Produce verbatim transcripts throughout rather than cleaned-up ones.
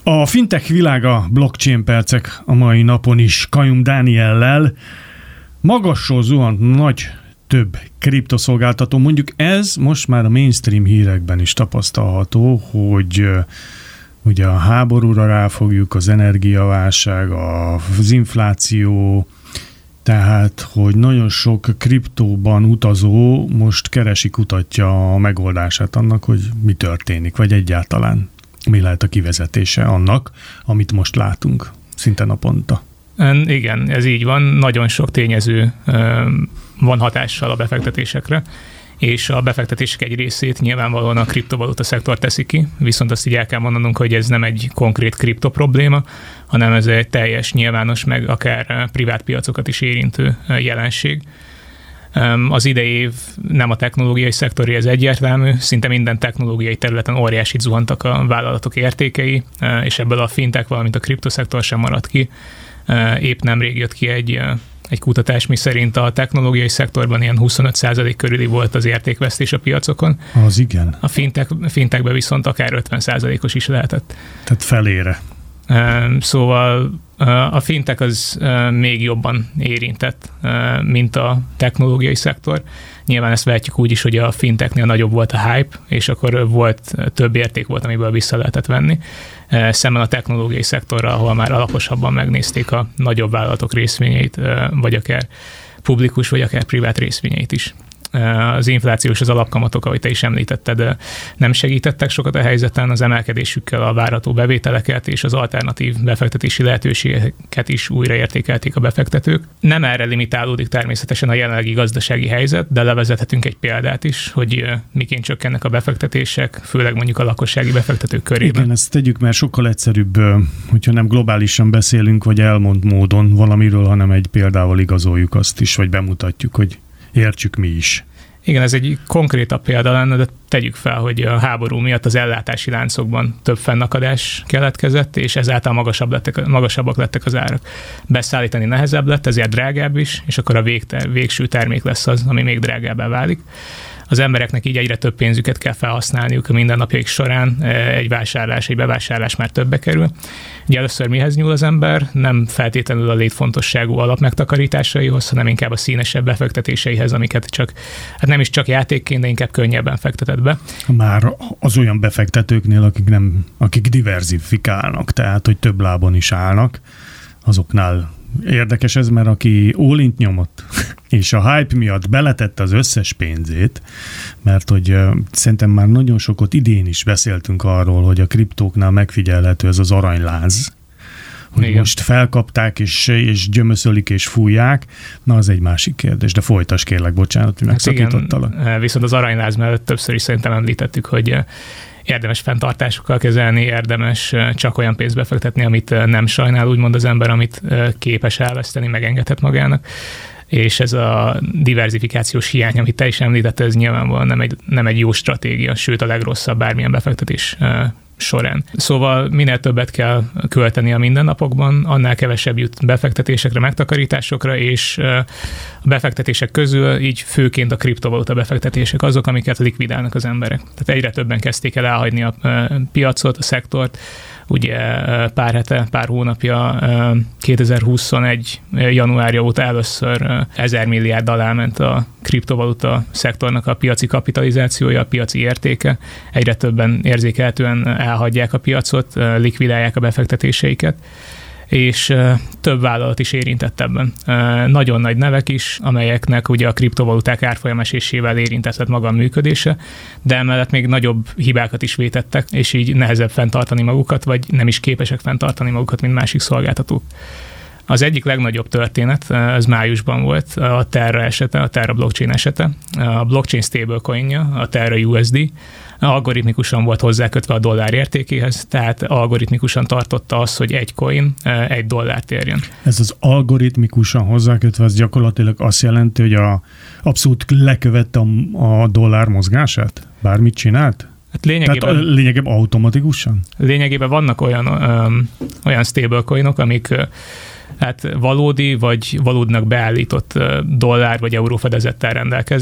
A fintech világa, blockchain percek a mai napon is Kajum Dániellel. Magasról zuhant nagy több kriptoszolgáltató. Mondjuk ez most már a mainstream hírekben is tapasztalható, hogy ugye a háborúra ráfogjuk, az energiaválság, az infláció, tehát, hogy nagyon sok kriptóban utazó most keresi, kutatja a megoldását annak, hogy mi történik, vagy egyáltalán mi lehet a kivezetése annak, amit most látunk szinte naponta. Igen, ez így van. Nagyon sok tényező van hatással a befektetésekre, és a befektetések egy részét nyilvánvalóan a kriptovaluta szektor teszi ki, viszont azt így el kell mondanunk, hogy ez nem egy konkrét kripto probléma, hanem ez egy teljes, nyilvános, meg akár privát piacokat is érintő jelenség. Az idei év nem a technológiai szektoré, ez egyértelmű, szinte minden technológiai területen óriásit zuhantak a vállalatok értékei, és ebből a fintech, valamint a kriptoszektor sem maradt ki. Épp nemrég jött ki egy, egy kutatás, mi szerint a technológiai szektorban ilyen huszonöt százalék körüli volt az értékvesztés a piacokon. Az igen. A fintech, fintechben viszont akár ötven százalékos is lehetett. Tehát felére. Szóval a fintech az még jobban érintett, mint a technológiai szektor. Nyilván ezt vehetjük úgy is, hogy a fintechnél nagyobb volt a hype, és akkor volt több érték volt, amiből vissza lehetett venni. Szemben a technológiai szektorral, ahol már alaposabban megnézték a nagyobb vállalatok részvényeit, vagy akár publikus, vagy akár privát részvényeit is. Az infláció és az alapkamatok, ahogy te is említetted, nem segítettek sokat a helyzeten, az emelkedésükkel a várható bevételeket és az alternatív befektetési lehetőségeket is újraértékelték a befektetők. Nem erre limitálódik természetesen a jelenlegi gazdasági helyzet, de levezethetünk egy példát is, hogy miként csökkennek a befektetések, főleg mondjuk a lakossági befektetők körében. Igen, ezt tegyük, mert sokkal egyszerűbb, hogyha nem globálisan beszélünk, vagy elmond módon valamiről, hanem egy példával igazoljuk azt is, vagy bemutatjuk, hogy értsük mi is. Igen, ez egy konkrétabb példa lenne, de tegyük fel, hogy a háború miatt az ellátási láncokban több fennakadás keletkezett, és ezáltal magasabb lettek, magasabbak lettek az árak. Beszállítani nehezebb lett, ezért drágább is, és akkor a végter, végső termék lesz az, ami még drágábbá válik. Az embereknek így egyre több pénzüket kell felhasználniuk a mindennapjaik során, egy vásárlás, egy bevásárlás már többe kerül. Ugye először mihez nyúl az ember? Nem feltétlenül a létfontosságú alapmegtakarításaihoz, hanem inkább a színesebb befektetéseihez, amiket csak, hát nem is csak játékként, de inkább könnyebben fektetett be. Már az olyan befektetőknél, akik, nem, akik diverzifikálnak, tehát hogy több lábon is állnak, azoknál érdekes ez, mert aki all-int nyomott, és a hype miatt beletette az összes pénzét, mert hogy uh, szerintem már nagyon sokat idén is beszéltünk arról, hogy a kriptóknál megfigyelhető ez az aranyláz, hogy igen, most felkapták, és, és gyömöszölik, és fújják, na az egy másik kérdés, de folytasd kérlek, bocsánat, hogy megszakítottalak. Hát viszont az aranyláz mellett többször is szerintem említettük, hogy érdemes fenntartásokkal kezelni, érdemes csak olyan pénzt befektetni, amit nem sajnál, úgymond az ember, amit képes elveszteni, megengedhet magának. És ez a diverzifikációs hiány, amit te is említette, ez nyilvánvalóan nem egy, nem egy jó stratégia, sőt a legrosszabb bármilyen befektetés során. Szóval minél többet kell költeni a mindennapokban, annál kevesebb jut befektetésekre, megtakarításokra, és a befektetések közül így főként a kriptovaluta befektetések azok, amiket likvidálnak az emberek. Tehát egyre többen kezdték el elhagyni a piacot, a szektort. Ugye pár hete, pár hónapja, kétezer-huszonegy januárja óta először ezer milliárddal elment a kriptovaluta szektornak a piaci kapitalizációja, a piaci értéke. Egyre többen érzékelhetően elhagyják a piacot, likvidálják a befektetéseiket, és több vállalat is érintett ebben. Nagyon nagy nevek is, amelyeknek ugye a kriptovaluták árfolyamesésével érintett maga a működése, de emellett még nagyobb hibákat is vétettek, és így nehezebb fenntartani magukat, vagy nem is képesek fenntartani magukat, mint másik szolgáltatók. Az egyik legnagyobb történet, ez májusban volt, a Terra esete, a Terra blockchain esete. A blockchain stablecoinja, a Terra u es dé, algoritmikusan volt hozzákötve a dollár értékéhez, tehát algoritmikusan tartotta azt, hogy egy coin egy dollárt érjen. Ez az algoritmikusan hozzákötve, az gyakorlatilag azt jelenti, hogy a abszolút lekövette a, a dollár mozgását? Bármit csinált? Hát lényegében, Tehát lényegében automatikusan? Lényegében vannak olyan, öm, olyan stablecoinok, amik hát valódi vagy valódnak beállított dollár vagy euró fedezettel rendelkeznek,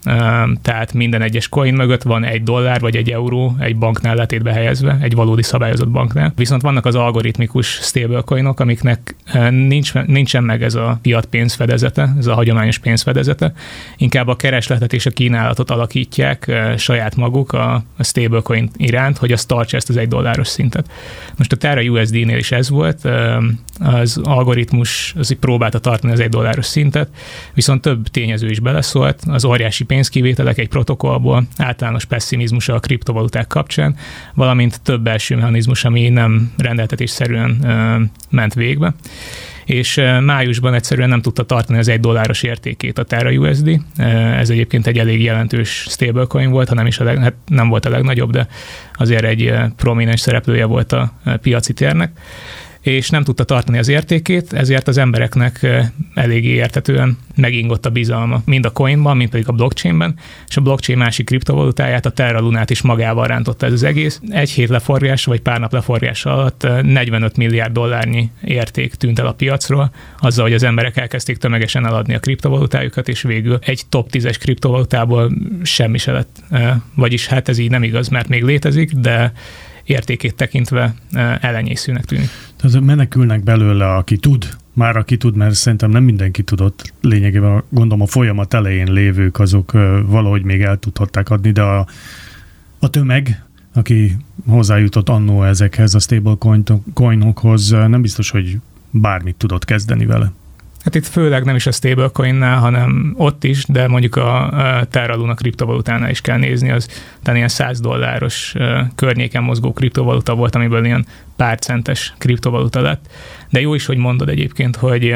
tehát minden egyes coin mögött van egy dollár vagy egy euró egy banknál letétbe helyezve, egy valódi szabályozott banknál. Viszont vannak az algoritmikus stablecoinok, amiknek nincs, nincsen meg ez a fiat pénzfedezete, ez a hagyományos pénzfedezete, inkább a keresletet és a kínálatot alakítják saját maguk a stablecoin iránt, hogy azt tartsa ezt az egy dolláros szintet. Most a Terra u es dé-nél is ez volt, az algoritmus az próbálta tartani az egy dolláros szintet, viszont több tényező is beleszólt, az óriási pénzkivételek egy protokollból, általános pessimizmus a kriptovaluták kapcsán, valamint több belső mechanizmus, ami nem rendeltetésszerűen ment végbe. És májusban egyszerűen nem tudta tartani az egy dolláros értékét a Terra u es dé. Ez egyébként egy elég jelentős stablecoin volt, ha nem is a leg, hát nem volt a legnagyobb, de azért egy prominens szereplője volt a piaci térnek, és nem tudta tartani az értékét, ezért az embereknek eléggé érthetően megingott a bizalma mind a coinban, mind pedig a blockchainben, és a blockchain másik kriptovalutáját, a Terra Lunát is magával rántotta ez az egész. Egy hét leforgása, vagy pár nap leforgása alatt negyvenöt milliárd dollárnyi érték tűnt el a piacról, azzal, hogy az emberek elkezdték tömegesen eladni a kriptovalutájukat, és végül egy top tízes kriptovalutából semmi se lett. Vagyis hát ez így nem igaz, mert még létezik, de értékét tekintve elenyészőnek tűnik. Tehát menekülnek belőle, aki tud, már aki tud, mert szerintem nem mindenki tudott. Lényegében gondolom a folyamat elején lévők, azok valahogy még el tudhatták adni, de a, a tömeg, aki hozzájutott annó ezekhez a stablecoinokhoz, nem biztos, hogy bármit tudott kezdeni vele. Hát itt főleg nem is a stablecoinnál, hanem ott is, de mondjuk a Terra Luna kriptovalutánál is kell nézni, az talán ilyen száz dolláros környéken mozgó kriptovaluta volt, amiből ilyen pár centes kriptovaluta lett. De jó is, hogy mondod egyébként, hogy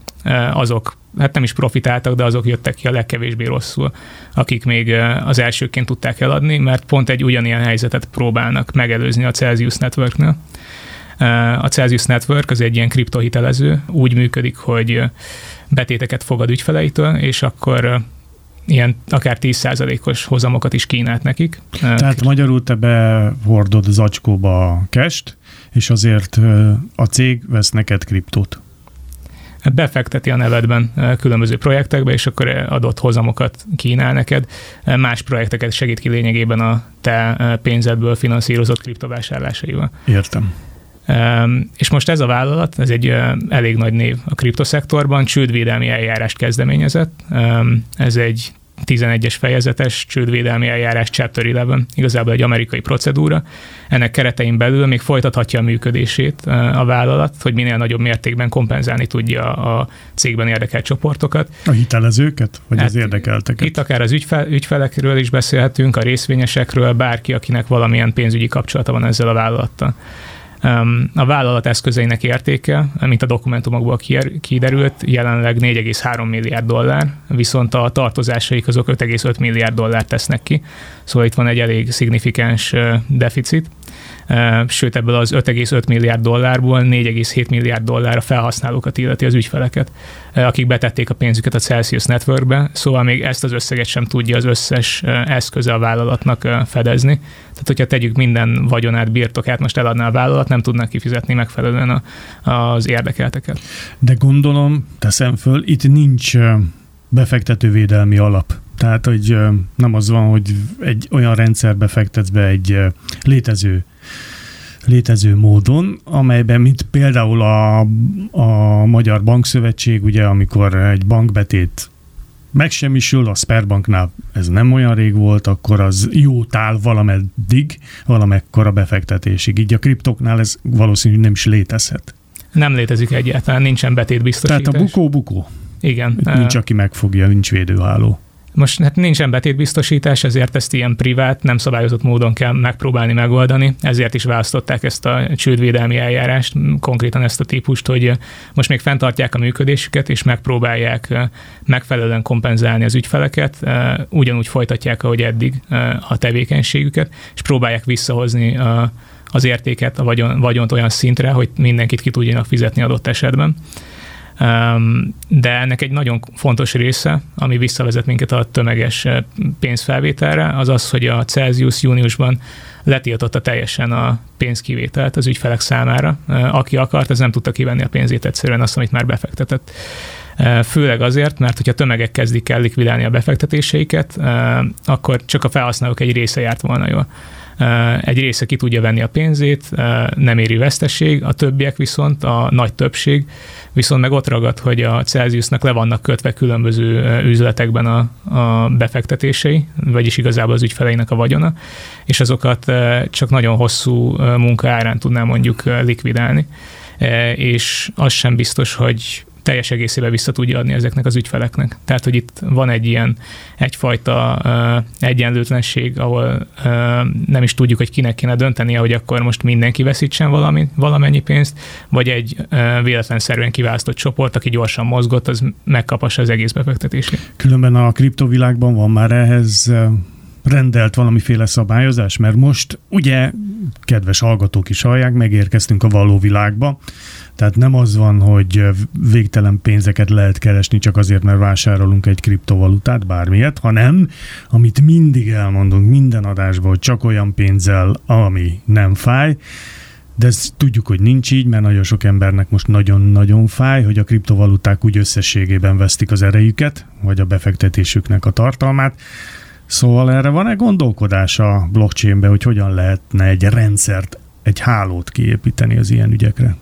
azok, hát nem is profitáltak, de azok jöttek ki a legkevésbé rosszul, akik még az elsőként tudták eladni, mert pont egy ugyanilyen helyzetet próbálnak megelőzni a Celsius Networknél. A Celsius Network az egy ilyen kriptohitelező, úgy működik, hogy betéteket fogad ügyfeleitől, és akkor ilyen akár tíz százalékos hozamokat is kínált nekik. Tehát magyarul te behordod az zacskóba a cash-t, és azért a cég vesz neked kriptót. Befekteti a nevedben különböző projektekbe, és akkor adott hozamokat kínál neked. Más projekteket segít ki lényegében a te pénzedből finanszírozott kriptovásárlásaival. Értem. Um, és most ez a vállalat, ez egy uh, elég nagy név a kriptoszektorban, csődvédelmi eljárást kezdeményezett. Um, ez egy tizenegyes fejezetes csődvédelmi eljárás Chapter tizenegy, igazából egy amerikai procedúra. Ennek keretein belül még folytathatja a működését uh, a vállalat, hogy minél nagyobb mértékben kompenzálni tudja a cégben érdekelt csoportokat. A hitelezőket, vagy hát az érdekelteket? Itt akár az ügyfe- ügyfelekről is beszélhetünk, a részvényesekről, bárki, akinek valamilyen pénzügyi kapcsolata van ezzel a vállalattal. A vállalat eszközeinek értéke, mint a dokumentumokból kiderült, jelenleg négy egész három milliárd dollár, viszont a tartozásaik azok öt egész öt milliárd dollár tesznek ki, szóval itt van egy elég szignifikáns deficit. Sőt, ebből az öt egész öt milliárd dollárból négy egész hét milliárd dollár a felhasználókat illeti, az ügyfeleket, akik betették a pénzüket a Celsius Networkbe, szóval még ezt az összeget sem tudja az összes eszköze a vállalatnak fedezni. Tehát, hogyha tegyük minden vagyonát, birtokát most eladná a vállalat, nem tudnak kifizetni megfelelően a, az érdekelteket. De gondolom, teszem föl, itt nincs befektetővédelmi alap. Tehát, hogy nem az van, hogy egy olyan rendszerbe fektetsz be egy létező, létező módon, amelyben, mint például a, a Magyar Bankszövetség, ugye, amikor egy bankbetét megsemmisül, a Sberbanknál ez nem olyan rég volt, akkor az jót áll valameddig, valamekkora befektetésig. Így a kriptoknál ez valószínűleg nem is létezhet. Nem létezik egyáltalán, nincsen betétbiztosítás. Tehát a bukó-bukó. Igen. Itt nincs, aki megfogja, nincs védőháló. Most hát nincsen betétbiztosítás, ezért ezt ilyen privát, nem szabályozott módon kell megpróbálni megoldani, ezért is választották ezt a csődvédelmi eljárást, konkrétan ezt a típust, hogy most még fenntartják a működésüket, és megpróbálják megfelelően kompenzálni az ügyfeleket, ugyanúgy folytatják, ahogy eddig a tevékenységüket, és próbálják visszahozni a, az értéket, a vagyon, vagyont olyan szintre, hogy mindenkit ki tudjanak fizetni adott esetben. De ennek egy nagyon fontos része, ami visszavezet minket a tömeges pénzfelvételre, az az, hogy a Celsius júniusban letiltotta teljesen a pénzkivételt az ügyfelek számára. Aki akart, az nem tudta kivenni a pénzét egyszerűen azt, amit már befektetett. Főleg azért, mert hogyha tömegek kezdik el likvidálni a befektetéseiket, akkor csak a felhasználók egy része járt volna jól. Egy része ki tudja venni a pénzét, nem éri veszteség, a többiek viszont, a nagy többség viszont meg ott ragad, hogy a Celsiusnak le vannak kötve különböző üzletekben a, a befektetései, vagyis igazából az ügyfeleinek a vagyona, és azokat csak nagyon hosszú munka árán tudná mondjuk likvidálni. És az sem biztos, hogy teljes egészében vissza tudja adni ezeknek az ügyfeleknek. Tehát, hogy itt van egy ilyen egyfajta uh, egyenlőtlenség, ahol uh, nem is tudjuk, hogy kinek kéne döntenie, hogy akkor most mindenki veszítsen valami, valamennyi pénzt, vagy egy uh, véletlenszerűen kiválasztott csoport, aki gyorsan mozgott, az megkapassa az egész befektetését. Különben a kriptovilágban van már ehhez rendelt valamiféle szabályozás, mert most ugye, kedves hallgatók is hallják, megérkeztünk a való világba, tehát nem az van, hogy végtelen pénzeket lehet keresni csak azért, mert vásárolunk egy kriptovalutát, bármilyet, hanem, amit mindig elmondunk minden adásban, hogy csak olyan pénzzel, ami nem fáj, de ezt tudjuk, hogy nincs így, mert nagyon sok embernek most nagyon-nagyon fáj, hogy a kriptovaluták úgy összességében vesztik az erejüket, vagy a befektetésüknek a tartalmát. Szóval erre van-e gondolkodás a blockchainben, hogy hogyan lehetne egy rendszert, egy hálót kiépíteni az ilyen ügyekre?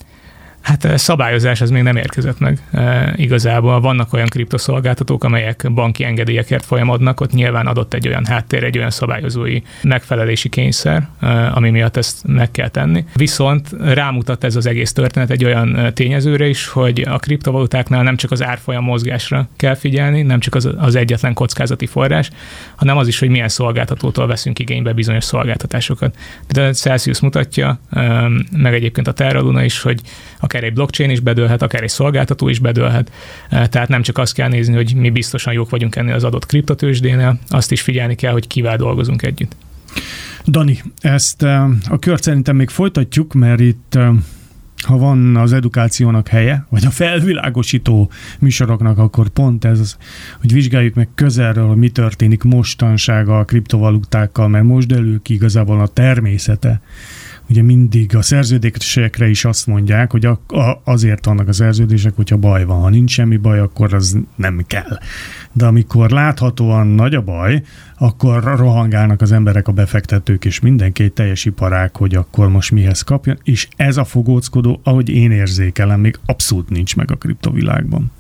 Hát szabályozás az még nem érkezett meg. E, igazából vannak olyan kriptoszolgáltatók, amelyek banki engedélyekért folyamodnak, ott nyilván adott egy olyan háttér, egy olyan szabályozói megfelelési kényszer, e, ami miatt ezt meg kell tenni. Viszont rámutat ez az egész történet egy olyan tényezőre is, hogy a kriptovalutáknál nem csak az árfolyam mozgásra kell figyelni, nem csak az, az egyetlen kockázati forrás, hanem az is, hogy milyen szolgáltatótól veszünk igénybe bizonyos szolgáltatásokat. De a Celsius mutatja, e, meg egyébként a Terra Luna is, hogy akár egy blockchain is bedőlhet, akár egy szolgáltató is bedőlhet. Tehát nem csak azt kell nézni, hogy mi biztosan jók vagyunk ennél az adott kriptotőzsdénél, azt is figyelni kell, hogy kivel dolgozunk együtt. Dani, ezt a kört szerintem még folytatjuk, mert itt ha van az edukációnak helye, vagy a felvilágosító műsoroknak, akkor pont ez az, hogy vizsgáljuk meg közelről, hogy mi történik mostansága a kriptovalutákkal, mert most derül ki igazából a természete. Ugye mindig a szerződésekre is azt mondják, hogy a, a, azért vannak a szerződések, hogyha baj van. Ha nincs semmi baj, akkor az nem kell. De amikor láthatóan nagy a baj, akkor rohangálnak az emberek, a befektetők, és mindenki egy teljes iparág, hogy akkor most mihez kapjon, és ez a fogóckodó, ahogy én érzékelem, még abszolút nincs meg a kriptovilágban.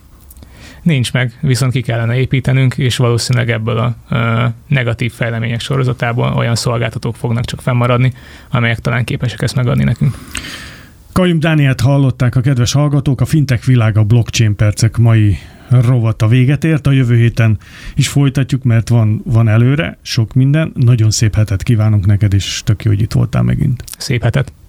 Nincs meg, viszont ki kellene építenünk, és valószínűleg ebből a ö, negatív fejlemények sorozatából olyan szolgáltatók fognak csak fennmaradni, amelyek talán képesek ezt megadni nekünk. Kajum Dánielt hallották a kedves hallgatók, a Fintech Világ, a Blockchain Percek mai rovata véget ért, a jövő héten is folytatjuk, mert van, van előre sok minden. Nagyon szép hetet kívánunk neked, és tök jó, hogy itt voltál megint. Szép hetet!